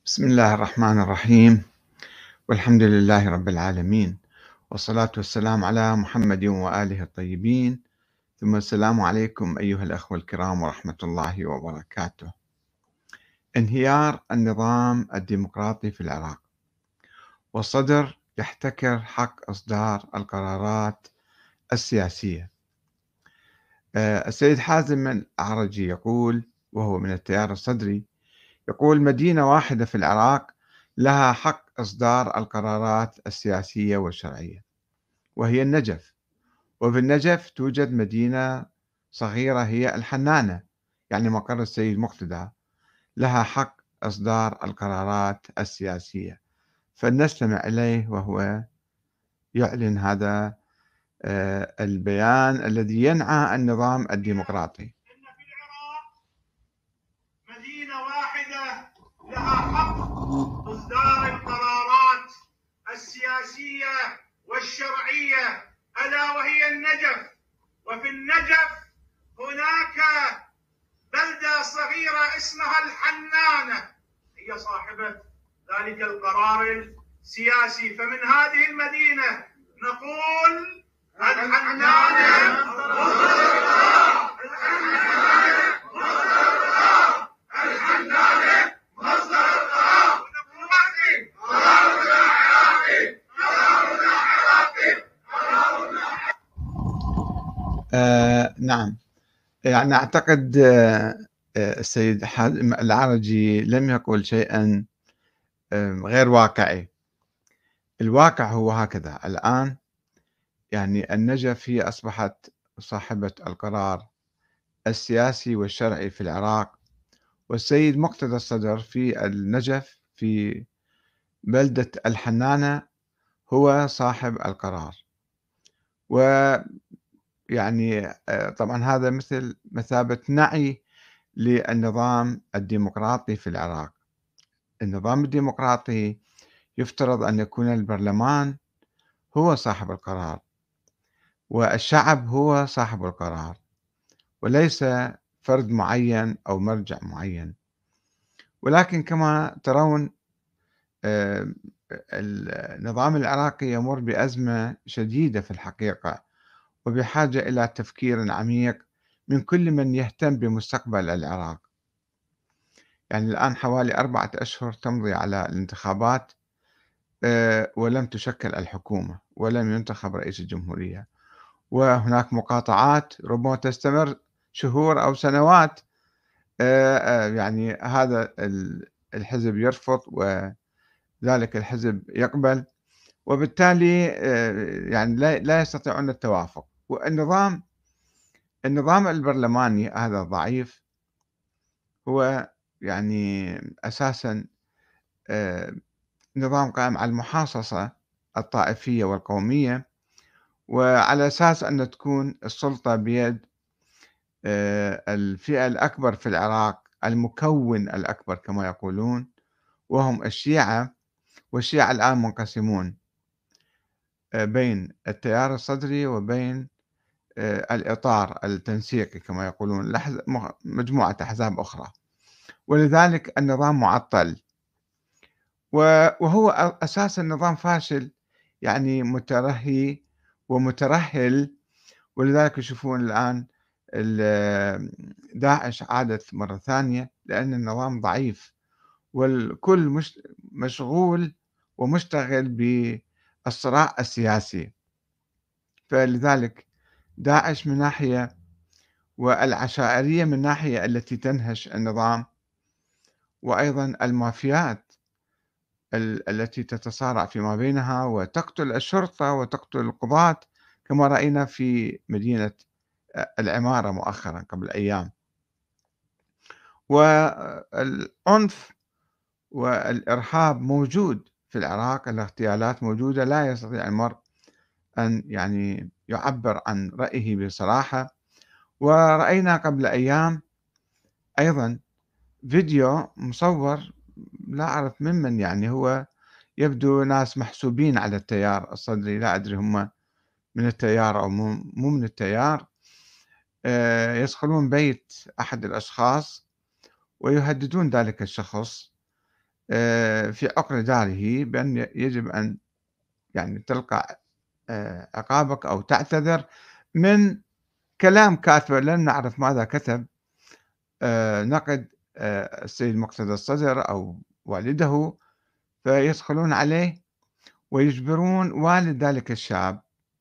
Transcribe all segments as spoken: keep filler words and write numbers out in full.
بسم الله الرحمن الرحيم، والحمد لله رب العالمين، والصلاة والسلام على محمد وآله الطيبين، ثم السلام عليكم أيها الأخوة الكرام ورحمة الله وبركاته. انهيار النظام الديمقراطي في العراق، والصدر يحتكر حق إصدار القرارات السياسية. السيد حازم العرجي يقول، وهو من التيار الصدري، يقول: مدينة واحدة في العراق لها حق إصدار القرارات السياسية والشرعية، وهي النجف. وفي النجف توجد مدينة صغيرة هي الحنانة، يعني مقر السيد مقتدى، لها حق إصدار القرارات السياسية. فلنستمع إليه وهو يعلن هذا البيان الذي ينعى النظام الديمقراطي. إن في العراق مدينة واحدة لها حق إصدار القرارات السياسية والشرعية، ألا وهي النجف. وفي النجف هناك بلدة صغيرة اسمها الحنانة، هي صاحبة ذلك القرار السياسي. فمن هذه المدينة نقول الحنانة آه نعم، يعني أعتقد آه السيد حازم العرجي لم يقل شيئا آه غير واقعي. الواقع هو هكذا الآن، يعني النجف هي أصبحت صاحبة القرار السياسي والشرعي في العراق، والسيد مقتدى الصدر في النجف في بلدة الحنانة هو صاحب القرار. ويعني آه، طبعا هذا مثل مثابة نعي للنظام الديمقراطي في العراق. النظام الديمقراطي يفترض أن يكون البرلمان هو صاحب القرار، والشعب هو صاحب القرار، وليس فرد معين أو مرجع معين. ولكن كما ترون آه، النظام العراقي يمر بأزمة شديدة في الحقيقة، وبحاجة إلى تفكير عميق من كل من يهتم بمستقبل العراق. يعني الآن حوالي أربعة أشهر تمضي على الانتخابات، آه، ولم تشكل الحكومة ولم ينتخب رئيس الجمهورية، وهناك مقاطعات ربما تستمر شهور أو سنوات. آه، آه، يعني هذا الحزب يرفض وذلك الحزب يقبل، وبالتالي آه، يعني لا لا يستطيعون التوافق. والنظام النظام البرلماني هذا ضعيف، هو يعني أساسا آه، نظام قائم على المحاصصة الطائفية والقومية، وعلى أساس أن تكون السلطة بيد آه، الفئة الأكبر في العراق، المكون الأكبر كما يقولون، وهم الشيعة. والشيعة الآن منقسمون آه، بين التيار الصدري وبين آه، الإطار التنسيقي كما يقولون، مجموعة أحزاب أخرى. ولذلك النظام معطل، وهو أساسا نظام فاشل، يعني مترهي ومترهل. ولذلك يشوفون الآن داعش عادت مرة ثانية، لأن النظام ضعيف والكل مش مشغول ومشتغل بالصراع السياسي. فلذلك داعش من ناحية، والعشائرية من ناحية التي تنهش النظام، وأيضا المافيات التي تتصارع فيما بينها وتقتل الشرطة وتقتل القضاة، كما رأينا في مدينة العمارة مؤخرا قبل أيام. والعنف والإرهاب موجود في العراق، الاغتيالات موجودة، لا يستطيع المرء أن يعني يعبر عن رأيه بصراحة. ورأينا قبل أيام أيضا فيديو مصور، لا أعرف ممن، يعني هو يبدو ناس محسوبين على التيار الصدري، لا أدري هم من التيار أو مو مو من التيار، آه، يدخلون بيت أحد الأشخاص ويهددون ذلك الشخص آآ في عقر داره بأن ي يجب أن يعني تلقى آآ عقابك أو تعتذر من كلام كاتبه، لن نعرف ماذا كتب، آآ نقد آآ السيد مقتدى الصدر أو والده، فيدخلون عليه ويجبرون والد ذلك الشاب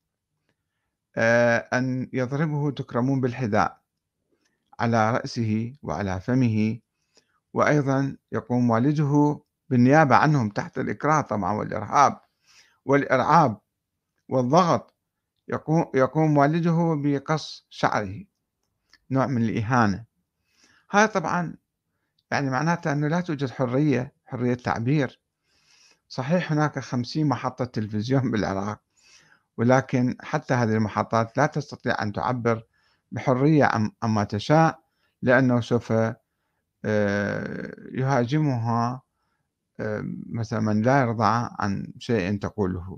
آآ أن يضربه تكرمون بالحذاء على رأسه وعلى فمه، وأيضًا يقوم والده بالنيابة عنهم تحت الإكراه طبعًا والإرهاب والإرعاب والضغط، يقو يقوم والده بقص شعره، نوع من الإهانة. هذا طبعًا يعني معناته أنه لا توجد حرية، حرية تعبير. صحيح هناك خمسين محطة تلفزيون بالعراق، ولكن حتى هذه المحطات لا تستطيع أن تعبر بحرية عن عما تشاء، لأنه سوف آآ يهاجمها آآ مثلًا من لا يرضى عن شيء تقوله.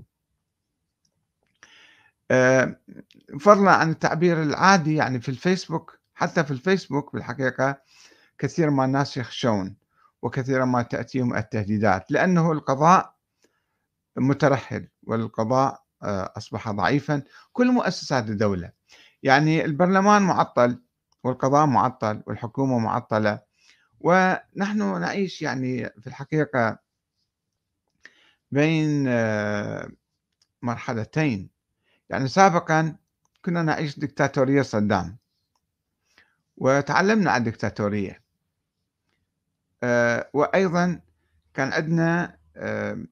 آآ فضلًا عن التعبير العادي يعني في الفيسبوك، حتى في الفيسبوك بالحقيقة كثير ما الناس يخشون، وكثيرًا ما تأتيهم التهديدات، لأنه القضاء مترهل والقضاء آآ أصبح ضعيفًا، كل مؤسسات الدولة، يعني البرلمان معطّل والقضاء معطّل والحكومة معطّلة، ونحن نعيش يعني في الحقيقة بين آه، مرحلتين. يعني سابقًا كنا نعيش ديكتاتورية صدام، وتعلمنا على الديكتاتورية، آآ وأيضًا كان عندنا آآ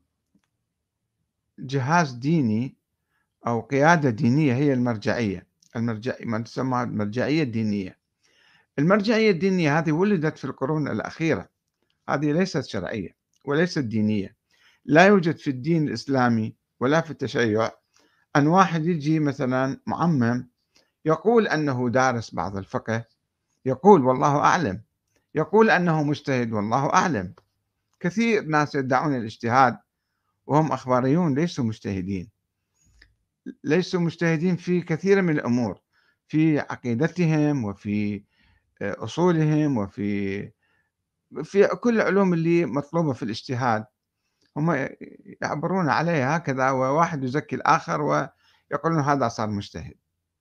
جهاز ديني أو قيادة دينية هي المرجعية، المرجع ما تسمى المرجعية الدينية. المرجعية الدينية هذه ولدت في القرون الأخيرة، هذه ليست شرعية وليست دينية. لا يوجد في الدين الإسلامي ولا في التشيع أن واحد يجي مثلًا مُعمم يقول أنه دارس بعض الفقه، يقول والله أعلم، يقول أنه مجتهد والله أعلم. كثير ناس يدعون الاجتهاد وهم أخباريون ليسوا مجتهدين، ليسوا مجتهدين في كثير من الأمور، في عقيدتهم وفي آآ أصولهم وفي في كل العلوم اللي مطلوبة في الاجتهاد، هم يعبرون عليها هكذا، وواحد يزكي الآخر ويقولون هذا صار مجتهد.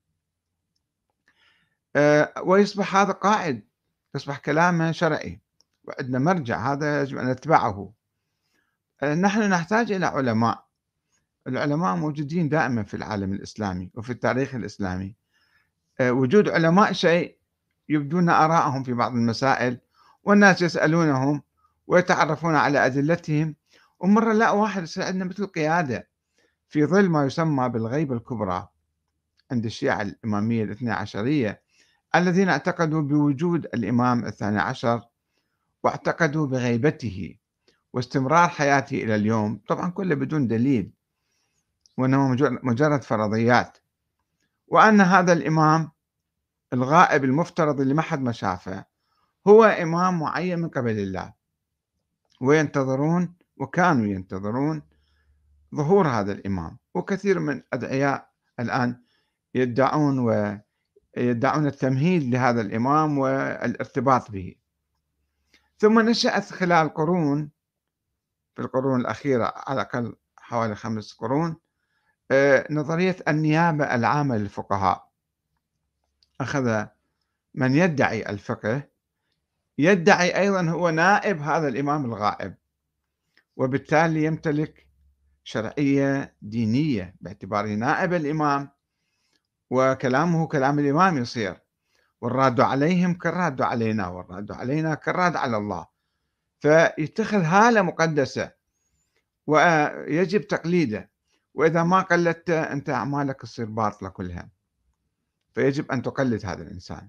آآ ويصبح هذا قائد، يصبح كلامه شرعي، وعندنا مرجع هذا يجب أن نتبعه. آآ نحن نحتاج إلى علماء، العلماء موجودين دائمًا في العالم الإسلامي وفي التاريخ الإسلامي. آآ وجود علماء شيء، يبدون آراءهم في بعض المسائل، والناس يسألونهم ويتعرفون على أدلتهم، ومرة لقوا واحد يصير عندنا مثل قيادة في ظل ما يسمى بالغيبة الكبرى عند الشيعة الإمامية الاثني عشرية، الذين اعتقدوا بوجود الإمام الثاني عشر واعتقدوا بغيبته واستمرار حياته إلى اليوم، طبعًا كله بدون دليل، وإنه مجر مجرد فرضيات، وأن هذا الإمام الغائب المفترض اللي ما حد ما شافه هو إمام معين من قبل الله، وينتظرون وكانوا ينتظرون ظهور هذا الإمام. وكثير من الأدعياء الآن يدعون ويدعون التمهيد لهذا الإمام والارتباط به. ثم نشأت خلال قرون، في القرون الأخيرة على الأقل حوالي خمس قرون، آه، نظرية النيابة العامة للفقهاء. أخذ من يدعي الفقه يدعي أيضا هو نائب هذا الإمام الغائب، وبالتالي يمتلك شرعية دينية باعتباره نائب الإمام، وكلامه كلام الإمام يصير، والراد عليهم كالراد علينا، والراد علينا كالراد على الله، فيتخذ هالة مقدسة ويجب تقليده، وإذا ما قلدته أنت أعمالك تصير باطلة كلها، فيجب أن تقلد هذا الإنسان.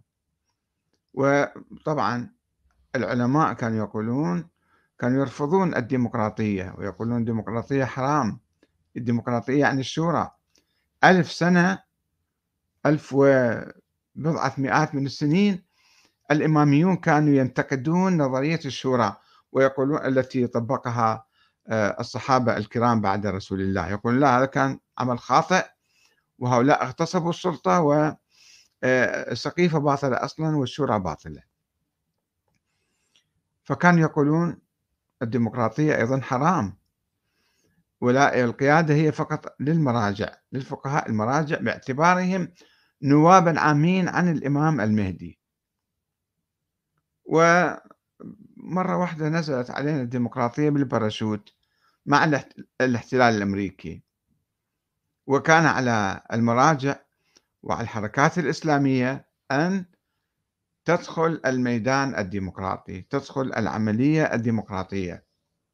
وطبعا العلماء كانوا يقولون، كانوا يرفضون الديمقراطية ويقولون الديمقراطية حرام، الديمقراطية يعني الشورى. ألف سنة، ألف وبضعة مئات من السنين الإماميون كانوا ينتقدون نظرية الشورى، ويقولون التي طبقها آه، الصحابة الكرام بعد رسول الله، يقولون لا هذا كان عمل خاطئ، وهؤلاء اغتصبوا السلطة، والسقيفة باطلة أصلا والشورى باطلة. فكانوا يقولون الديمقراطية أيضا حرام، ولا القيادة هي فقط للمراجع، للفقهاء المراجع باعتبارهم نوابا عامين عن الإمام المهدي. ومرة واحدة نزلت علينا الديمقراطية بالباراشوت مع الاحت- الاحتلال الأمريكي، وكان على المراجع وعلى الحركات الإسلامية أن تدخل الميدان الديمقراطي، تدخل العملية الديمقراطية.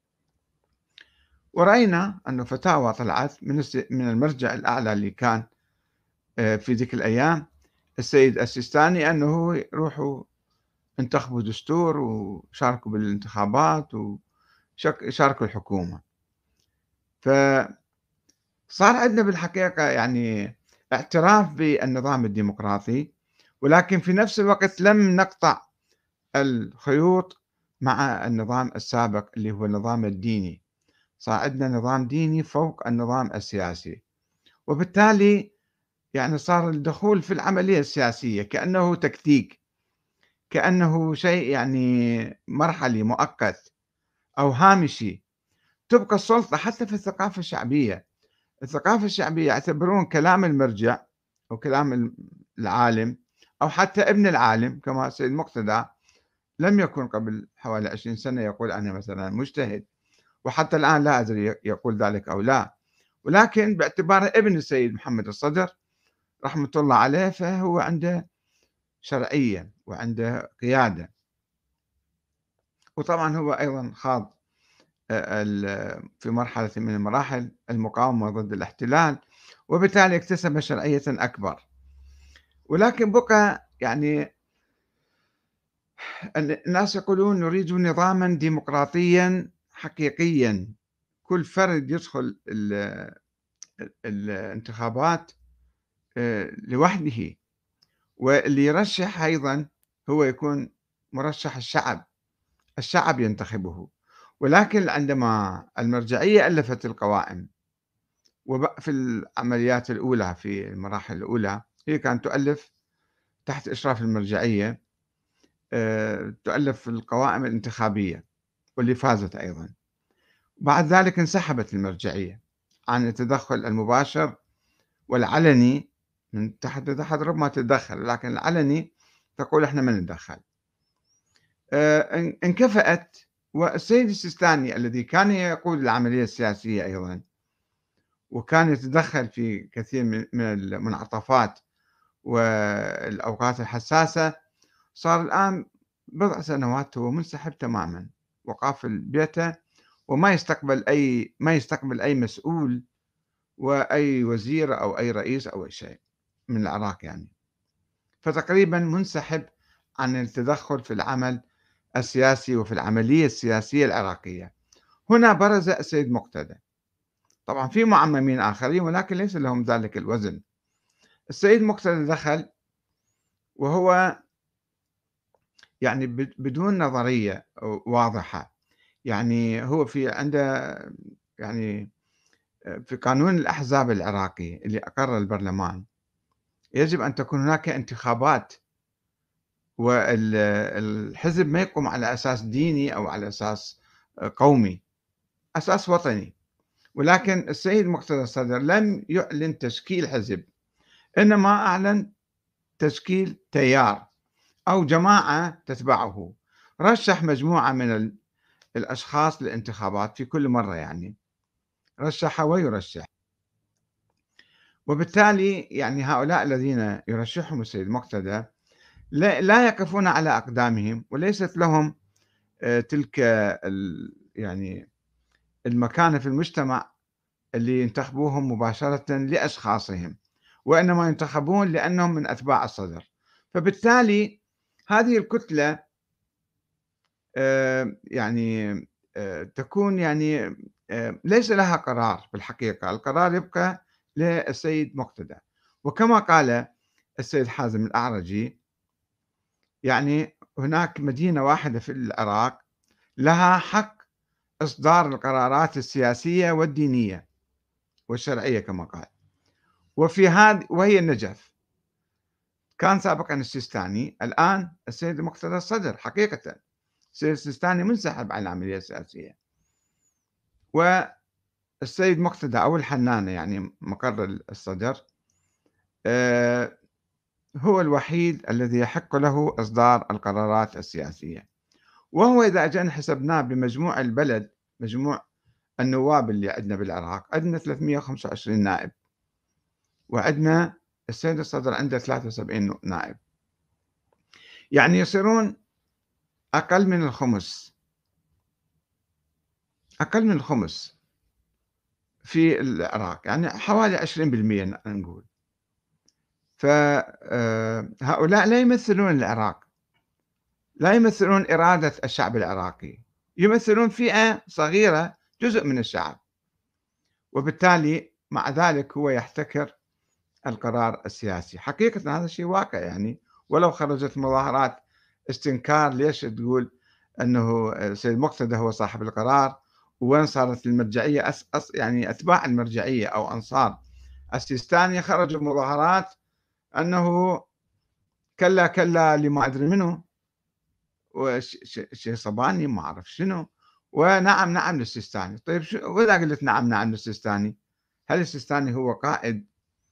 ورأينا أنه فتاوى طلعت من الس- من المرجع الأعلى اللي كان آه، في ذيك الأيام السيد السيستاني، أنه روحوا انتخبوا دستور وشاركوا بالانتخابات وشاركوا الحكومة. فصار عندنا بالحقيقة يعني اعتراف بالنظام الديمقراطي، ولكن في نفس الوقت لم نقطع الخيوط مع النظام السابق اللي هو النظام الديني. صار عندنا نظام ديني فوق النظام السياسي، وبالتالي يعني صار الدخول في العملية السياسية كأنه تكتيك، كأنه شيء يعني مرحلي مؤقت أو هامشي. تبقى السلطة حتى في الثقافة الشعبية، الثقافة الشعبية يعتبرون كلام المرجع أو كلام العالم أو حتى ابن العالم كما سيد مقتدى لم يكن قبل حوالي عشرين سنة يقول أنا مثلا مجتهد، وحتى الآن لا أدري يقول ذلك أو لا، ولكن باعتباره ابن السيد محمد الصدر رحمة الله عليه فهو عنده شرعية وعنده قيادة. وطبعا هو أيضا خاض آه، ال- في مرحلة من المراحل المقاومة ضد الاحتلال، وبالتالي اكتسب شرعية أكبر. ولكن بقى يعني الناس يقولون نريد نظاما ديمقراطيا حقيقيا، كل فرد يدخل ال- الانتخابات آه، لوحده، واللي يرشح أيضا هو يكون مرشح الشعب، الشعب ينتخبه. ولكن عندما المرجعية ألفت القوائم وفي العمليات الأولى في المراحل الأولى هي كانت تؤلف تحت إشراف المرجعية، آه، تؤلف القوائم الانتخابية واللي فازت أيضا. بعد ذلك انسحبت المرجعية عن التدخل المباشر والعلني، من تحت تحت ربما تتدخل لكن العلني تقول احنا ما نتدخل. آه، ان- انكفأت. والسيد السيستاني الذي كان يقود العملية السياسية أيضا وكان يتدخل في كثير من من المنعطفات والأوقات الحساسة، صار الآن بضع سنوات هو منسحب تماما وقافل بيته، وما يستقبل أي ما يستقبل أي مسؤول وأي وزير أو أي رئيس أو أي شيء من العراق يعني. فتقريبا منسحب عن التدخل في العمل السياسي وفي العملية السياسية العراقية. هنا برز السيد مقتدى، طبعا في معممين آخرين ولكن ليس لهم ذلك الوزن. السيد مقتدى دخل وهو يعني بدون نظرية واضحة، يعني هو في عنده يعني في قانون الأحزاب العراقي اللي أقر البرلمان يجب أن تكون هناك انتخابات، والحزب ما يقوم على أساس ديني أو على أساس قومي، أساس وطني. ولكن السيد مقتدى الصدر لم يعلن تشكيل حزب، إنما أعلن تشكيل تيار أو جماعة تتبعه، رشح مجموعة من الأشخاص للانتخابات في كل مرة، يعني رشح ويرشح. وبالتالي يعني هؤلاء الذين يرشحهم السيد مقتدى لا لا يقفون على أقدامهم، وليست لهم آه، تلك ال- يعني المكانة في المجتمع اللي ينتخبوهم مباشرة لأشخاصهم، وإنما ينتخبون لأنهم من أتباع الصدر. فبالتالي هذه الكتلة آه، يعني آه، تكون يعني آه، ليس لها قرار بالحقيقة، القرار يبقى للسيد مقتدى. وكما قال السيد حازم الأعرجي يعني هناك مدينة واحدة في العراق لها حق إصدار القرارات السياسية والدينية والشرعية كما قال، وفي هذه وهي النجف. كان سابقا السيستاني، الآن السيد مقتدى الصدر حقيقة، السيد السيستاني منسحب عن العملية السياسية، والسيد مقتدى أو الحنانة يعني مقر الصدر آه، هو الوحيد الذي يحق له إصدار القرارات السياسية. وهو إذا أجينا حسبناه بمجموع البلد، مجموع النواب اللي عندنا بالعراق، عندنا ثلاثمئة وخمسة وعشرين نائب، وعندنا السيد الصدر عنده ثلاثة وسبعين نائب، يعني يصيرون أقل من الخمس، أقل من الخمس في العراق، يعني حوالي عشرين بالمئة نقول. فهؤلاء لا يمثلون العراق، لا يمثلون إرادة الشعب العراقي، يمثلون فئة صغيرة جزء من الشعب، وبالتالي مع ذلك هو يحتكر القرار السياسي. حقيقة هذا الشيء واقع يعني، ولو خرجت مظاهرات استنكار ليش تقول أنه السيد مقتدى هو صاحب القرار، وين صارت المرجعية أس أس يعني أتباع المرجعية أو أنصار السيستاني خرجوا مظاهرات أنه كلا كلا اللي ما أدري منه وشيء صباني ما أعرف شنو، ونعم نعم للسيستاني. طيب شو وإذا قلت نعم نعم للسيستاني، هل السيستاني هو قائد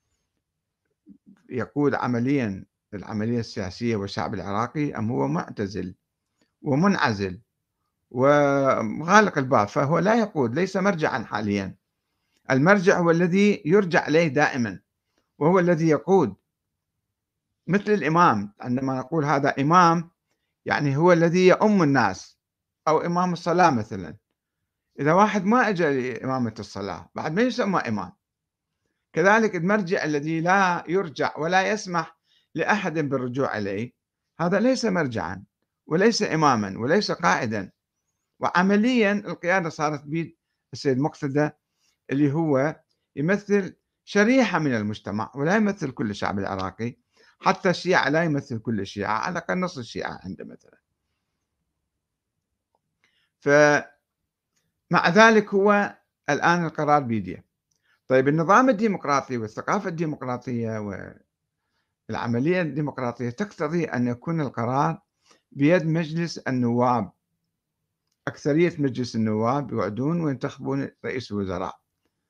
يقود عمليا العملية السياسية والشعب العراقي، أم هو معتزل ومنعزل وغالق الباب؟ فهو لا يقود، ليس مرجعا حاليا. المرجع هو الذي يرجع إليه دائما، وهو الذي يقود، مثل الإمام. عندما نقول هذا إمام يعني هو الذي يؤم الناس، أو إمام الصلاة مثلا، إذا واحد ما أجى لإمامة الصلاة بعد ما يسمى إمام. كذلك المرجع الذي لا يرجع ولا يسمح لأحد بالرجوع إليه، هذا ليس مرجعا وليس إماما وليس قائدا. وعمليا القيادة صارت بيد السيد مقتدى، اللي هو يمثل شريحة من المجتمع ولا يمثل كل الشعب العراقي، حتى الشيعة لا يمثل كل الشيعة، على الأقل نص الشيعة عنده مثلا. فمع ذلك هو الآن القرار بيده. طيب النظام الديمقراطي والثقافة الديمقراطية والعملية الديمقراطية تقتضي أن يكون القرار بيد مجلس النواب. أكثرية مجلس النواب يوعدون وينتخبون رئيس الوزراء،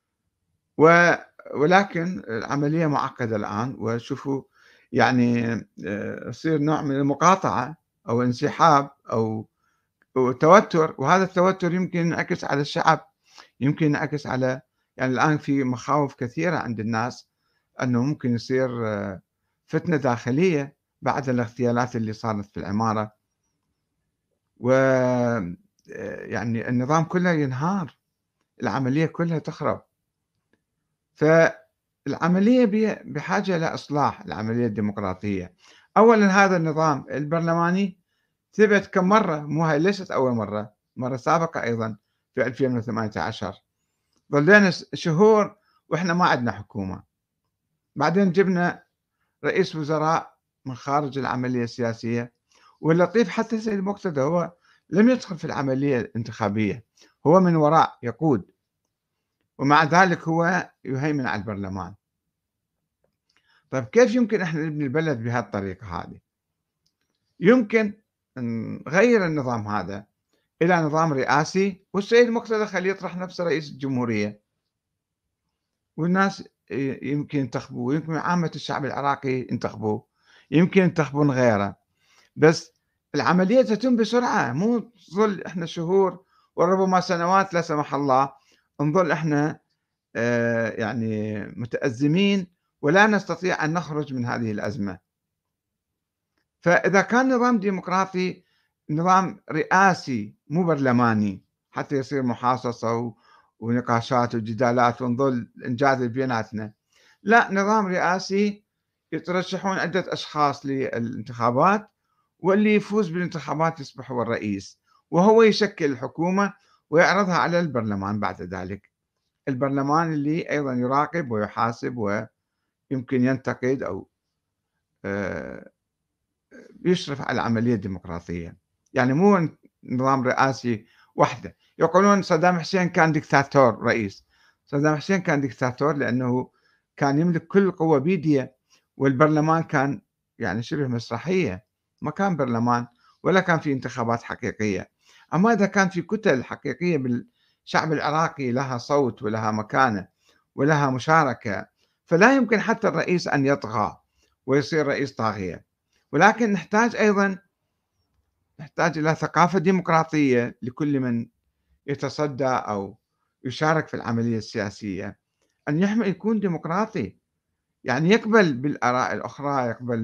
ولكن العملية معقدة الآن، وشوفوا يعني يصير نوع من المقاطعة أو انسحاب أو توتر، وهذا التوتر يمكن ينعكس على الشعب، يمكن ينعكس على، يعني الآن في مخاوف كثيرة عند الناس أنه ممكن يصير فتنة داخلية بعد الاغتيالات اللي صارت في العمارة، و يعني النظام كله ينهار، العملية كلها تخرب. فالعملية بحاجة إلى إصلاح، العملية الديمقراطية. أولا هذا النظام البرلماني ثبت كم مرة، مو هاي ليست أول مرة، مرة سابقة أيضا في ألفين وثمانية عشر ظلينا شهور وإحنا ما عندنا حكومة، بعدين جبنا رئيس وزراء من خارج العملية السياسية. واللطيف حتى السيد مقتدى هو لم يدخل في العملية الانتخابية، هو من وراء يقود، ومع ذلك هو يهيمن على البرلمان. طيب كيف يمكن احنا نبني البلد بهالطريقة هذه؟ يمكن نغير النظام هذا إلى نظام رئاسي، والسيد مقتدى خليه يطرح نفسه رئيس الجمهورية، والناس يمكن ينتخبوه، يمكن عامة الشعب العراقي ينتخبوه، يمكن ينتخبون غيره، بس العملية تتم بسرعة، مو نظل احنا شهور وربما سنوات لا سمح الله نظل احنا آه يعني متأزمين ولا نستطيع أن نخرج من هذه الأزمة. فإذا كان نظام ديمقراطي، نظام رئاسي مو برلماني، حتى يصير محاصصة ونقاشات وجدالات ونظل نجادل بيناتنا، لا، نظام رئاسي يترشحون عدة أشخاص للانتخابات، واللي يفوز بالانتخابات يصبح هو الرئيس، وهو يشكل الحكومة ويعرضها على البرلمان بعد ذلك. البرلمان اللي أيضا يراقب ويحاسب ويمكن ينتقد أو يشرف على العملية الديمقراطية. يعني مو نظام رئاسي وحده. يقولون صدام حسين كان دكتاتور رئيس. صدام حسين كان دكتاتور لأنه كان يملك كل القوة بيديه، والبرلمان كان يعني شبه مسرحية، ما كان برلمان، ولا كان في انتخابات حقيقية. أما إذا كان في كتل حقيقية بالشعب العراقي لها صوت ولها مكانة ولها مشاركة، فلا يمكن حتى الرئيس أن يطغى ويصير رئيس طاغية. ولكن نحتاج أيضا نحتاج إلى ثقافة ديمقراطية لكل من يتصدى أو يشارك في العملية السياسية، أن يحمل يكون ديمقراطي، يعني يقبل بالآراء الأخرى، يقبل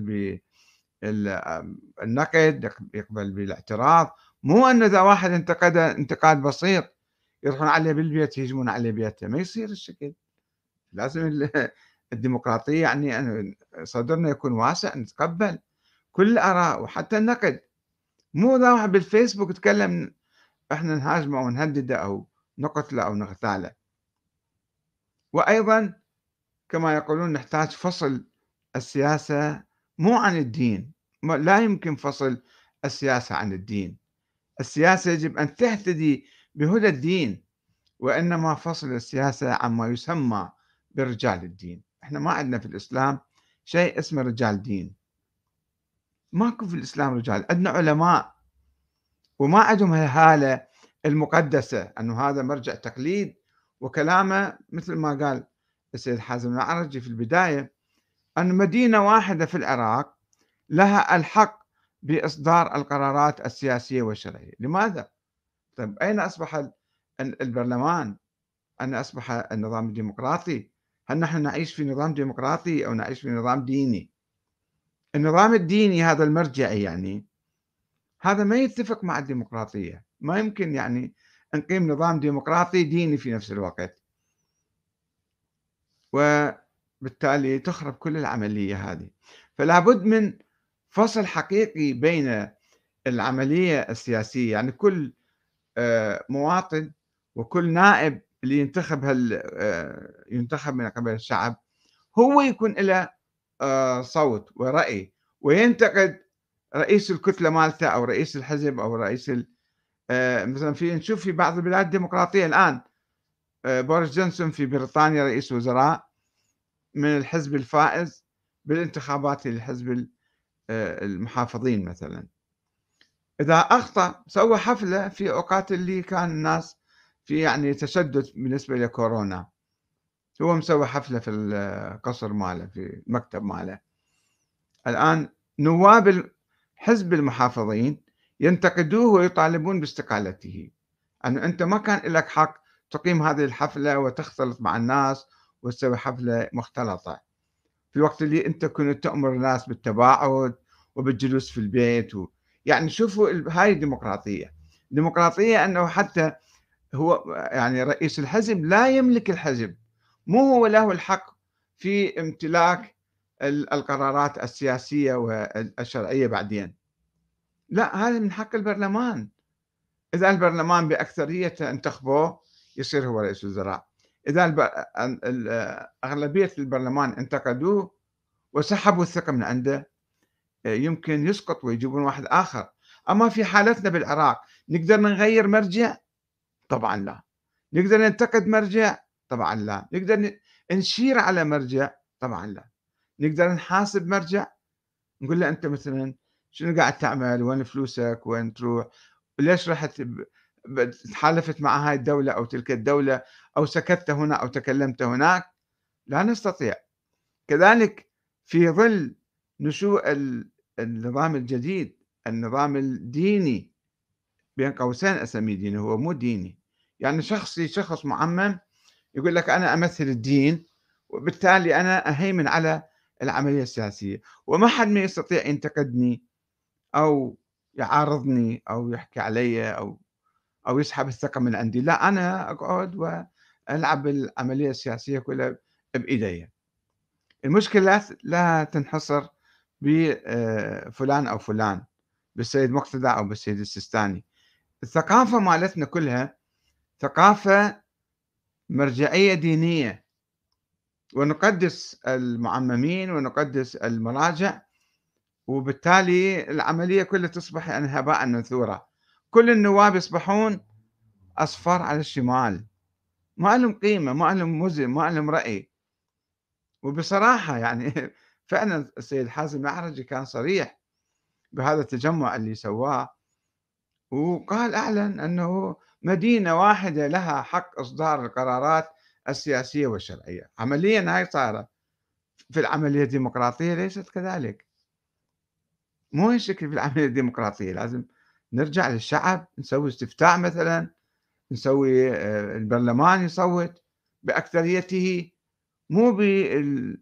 بالنقد، يقبل بالاعتراض. مو أنه إذا واحد انتقد انتقاد بسيط يروحون عليه بالبيت يهجمون عليه بيته، ما يصير الشكل. لازم ال- الديمقراطية يعني أن صدرنا يكون واسع، نتقبل كل الآراء وحتى النقد. مو إذا واحد بالفيسبوك يتكلم إحنا نهاجمه أو نهدده أو نقتله أو نغتاله. وأيضا كما يقولون نحتاج فصل السياسة مو عن الدين، ما- لا يمكن فصل السياسة عن الدين. السياسة يجب أن تهتدي بهدى الدين، وإنما فصل السياسة عما يسمى برجال الدين. احنا ما عندنا في الإسلام شيء اسمه رجال دين، ماكو في الإسلام رجال. عندنا علماء وما عندهم هالهالة المقدسة أنه هذا مرجع تقليد وكلامه مثل ما قال السيد حازم العرجي في البداية، أن مدينة واحدة في العراق لها الحق بإصدار القرارات السياسية والشرعية. لماذا؟ طيب أين أصبح ال- البرلمان؟ أين أصبح النظام الديمقراطي؟ هل نحن نعيش في نظام ديمقراطي أو نعيش في نظام ديني؟ النظام الديني هذا المرجعي يعني هذا ما يتفق مع الديمقراطية. ما يمكن يعني نقيم نظام ديمقراطي ديني في نفس الوقت، وبالتالي تخرب كل العملية هذه. فلا بد من فصل حقيقي بين العملية السياسية، يعني كل آه، مواطن وكل نائب اللي ينتخب هال آه، ينتخب من قبل الشعب هو يكون له آه، صوت ورأي، وينتقد رئيس الكتلة مالته أو رئيس الحزب أو رئيس ال... آه، مثلا في نشوف في بعض البلاد الديمقراطية الآن آه، بوريس جونسون في بريطانيا رئيس وزراء من الحزب الفائز بالانتخابات للحزب ال- آه، المحافظين مثلا. إذا أخطأ سوى حفلة في أوقات اللي كان الناس في يعني تشدد بالنسبة لكورونا، هو مسوي حفلة في القصر ماله في المكتب ماله. الآن نواب حزب المحافظين ينتقدوه ويطالبون باستقالته، أن أنت ما كان لك حق تقيم هذه الحفلة وتختلط مع الناس وتسوي حفلة مختلطة في الوقت اللي أنت كنت تأمر الناس بالتباعد وبالجلوس في البيت و... يعني شوفوا ال- هاي الديمقراطية. الديمقراطية أنه حتى هو يعني رئيس الحزب لا يملك الحزب، مو هو له الحق في امتلاك ال- القرارات السياسية والشرعية بعدين. لا، هذا من حق البرلمان. إذا البرلمان بأكثرية انتخبوه يصير هو رئيس وزراء. إذا الب... ال- ال- أغلبية البرلمان انتقدوه وسحبوا الثقة من عنده يمكن يسقط ويجيبون واحد آخر. أما في حالتنا بالعراق نقدر نغير مرجع؟ طبعا لا. نقدر ننتقد مرجع؟ طبعا لا. نقدر ن- نشير على مرجع؟ طبعا لا. نقدر نحاسب مرجع، نقول له أنت مثلا شنو قاعد تعمل، وين فلوسك، وين تروح، ليش رحت ب- ب- تحالفت مع هاي الدولة أو تلك الدولة، أو سكت هنا أو تكلمت هناك. لا نستطيع. كذلك في ظل نشوء ال- النظام الجديد، النظام الديني، بين قوسين أسميه ديني، هو مو ديني. يعني شخصي شخص معمم يقول لك أنا أمثل الدين، وبالتالي أنا أهيمن على العملية السياسية، وما حد ما يستطيع ينتقدني أو يعارضني أو يحكي علي أو أو يسحب الثقة من عندي. لا، أنا أقعد وألعب العملية السياسية كلها بإيدي. المشكلة لا لا تنحصر بفلان أو فلان، بالسيد مقتدى أو بالسيد السيستاني. الثقافة مالتنا كلها ثقافة مرجعية دينية، ونقدس المعممين ونقدس المراجع، وبالتالي العملية كلها تصبح يعني هباء منثورا. كل النواب يصبحون أصفار على الشمال، ما لهم قيمة، ما لهم وزن، ما لهم رأي. وبصراحة يعني فعلا السيد حازم العرجي كان صريح، بهذا التجمع اللي سواه، وقال أعلن أنه مدينة واحدة لها حق إصدار القرارات السياسية والشرعية. عمليا هاي صارت في العملية الديمقراطية، ليست كذلك. مو هالشكل في العملية الديمقراطية، لازم نرجع للشعب، نسوي استفتاء مثلا، نسوي آه، البرلمان يصوت بأكثريته، مو بال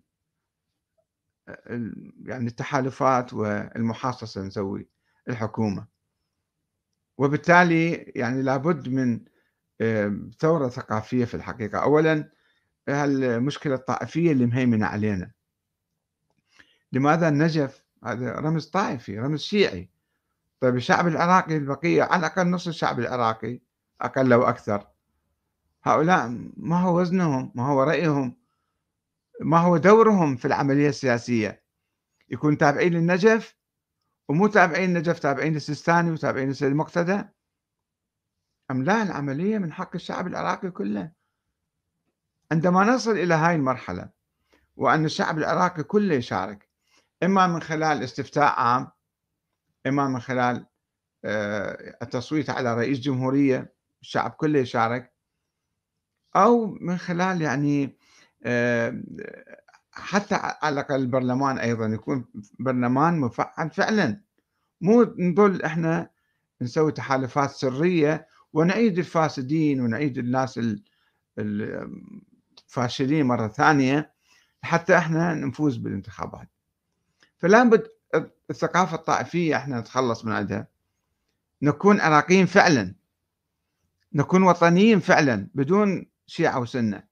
ال- يعني التحالفات والمحاصصة نسوي الحكومة. وبالتالي يعني لابد من آه، ثورة ثقافية في الحقيقة. أولا هالمشكلة الطائفية اللي مهيمنة علينا. لماذا النجف؟ هذا رمز طائفي، رمز شيعي. طيب الشعب العراقي البقية، على الأقل نصف الشعب العراقي أقل أو أكثر، هؤلاء ما هو وزنهم، ما هو رأيهم، ما هو دورهم في العملية السياسية؟ يكون تابعين للنجف، ومو تابعين النجف تابعين للسيستاني وتابعين للسيد المقتدى؟ أم لا، العملية من حق الشعب العراقي كله. عندما نصل إلى هاي المرحلة وأن الشعب العراقي كله يشارك، إما من خلال استفتاء عام، إما من خلال آه، التصويت على رئيس جمهورية الشعب كله يشارك، أو من خلال يعني آه، حتى على الأقل البرلمان أيضا يكون برلمان مفعل فعلا، مو نظل إحنا نسوي تحالفات سرية ونعيد الفاسدين ونعيد الناس ال- الفاشلين مرة ثانية حتى إحنا نفوز بالانتخابات. فلا بد الثقافة الطائفية إحنا نتخلص من عندها، نكون عراقيين فعلا، نكون وطنيين فعلا بدون شيعة وسنة.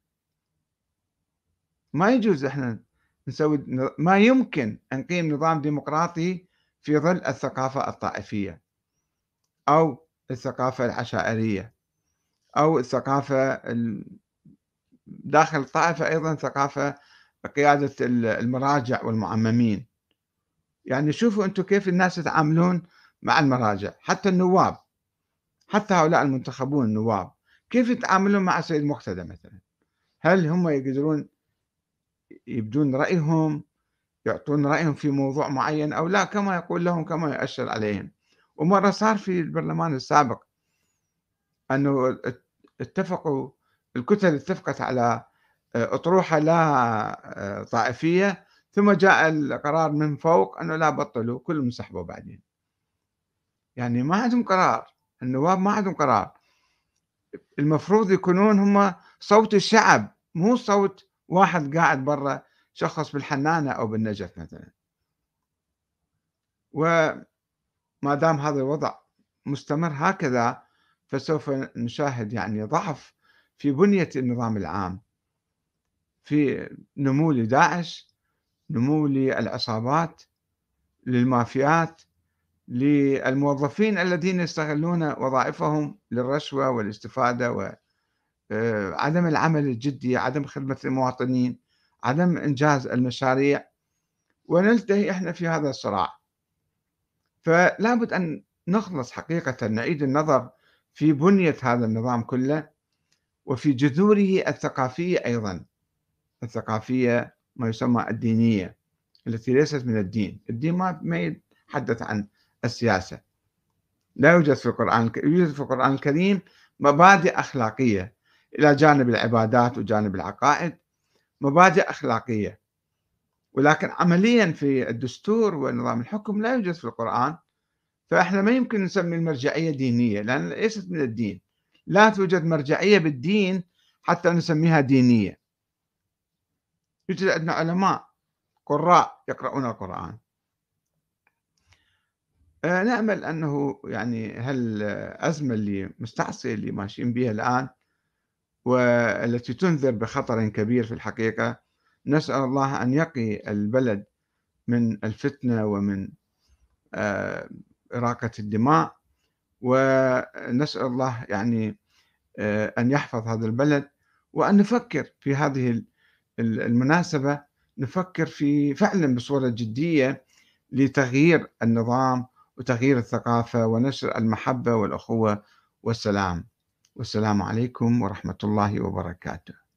ما يجوز إحنا نسوي، ما يمكن أن نقيم نظام ديمقراطي في ظل الثقافة الطائفية أو الثقافة العشائرية أو الثقافة ال- داخل الطائفة أيضا ثقافة قيادة المراجع والمعممين. يعني شوفوا أنتم كيف الناس يتعاملون مع المراجع، حتى النواب، حتى هؤلاء المنتخبون النواب، كيف يتعاملون مع سيد مقتدى مثلا؟ هل هم يقدرون يبدون رأيهم، يعطون رأيهم في موضوع معين، أو لا كما يقول لهم كما يؤشر عليهم؟ ومرة صار في البرلمان السابق أنه اتفقوا، الكتل اتفقت على أطروحة لا طائفية، ثم جاء القرار من فوق أنه لا، بطلوا كلهم انسحبوا بعدين. يعني ما عندهم قرار، النواب ما عندهم قرار. المفروض يكونون هم صوت الشعب، مو صوت واحد قاعد برا شخص بالحنانة أو بالنجف مثلا. وما دام هذا الوضع مستمر هكذا، فسوف نشاهد يعني ضعف في بنية النظام العام، في نمو لداعش، نمو للعصابات، للمافيات، للموظفين الذين يستغلون وظائفهم للرشوة والاستفادة وعدم العمل الجدي، عدم خدمة المواطنين، عدم إنجاز المشاريع، ونلتهي إحنا في هذا الصراع. فلا بد أن نخلص حقيقة، نعيد النظر في بنية هذا النظام كله وفي جذوره الثقافية أيضا، الثقافية ما يسمى الدينية التي ليست من الدين. الدين ما ما يتحدث عن السياسة، لا يوجد في القرآن الك- يوجد في القرآن الكريم مبادئ أخلاقية إلى جانب العبادات وجانب العقائد، مبادئ أخلاقية، ولكن عمليا في الدستور ونظام الحكم لا يوجد في القرآن. فإحنا ما يمكن نسمي المرجعية دينية لأن ليست من الدين. لا توجد مرجعية بالدين حتى نسميها دينية. يوجد عندنا علماء قراء يقرؤون القرآن. آه، نأمل أنه يعني هالأزمة اللي مستعصية اللي ماشيين بها الآن والتي تنذر بخطر كبير في الحقيقة، نسأل الله أن يقي البلد من الفتنة ومن آه، إراقة الدماء، ونسأل الله يعني آه، أن يحفظ هذا البلد، وأن نفكر في هذه المناسبة، نفكر في فعلا بصورة جدية لتغيير النظام وتغيير الثقافة ونشر المحبة والأخوة والسلام. والسلام عليكم ورحمة الله وبركاته.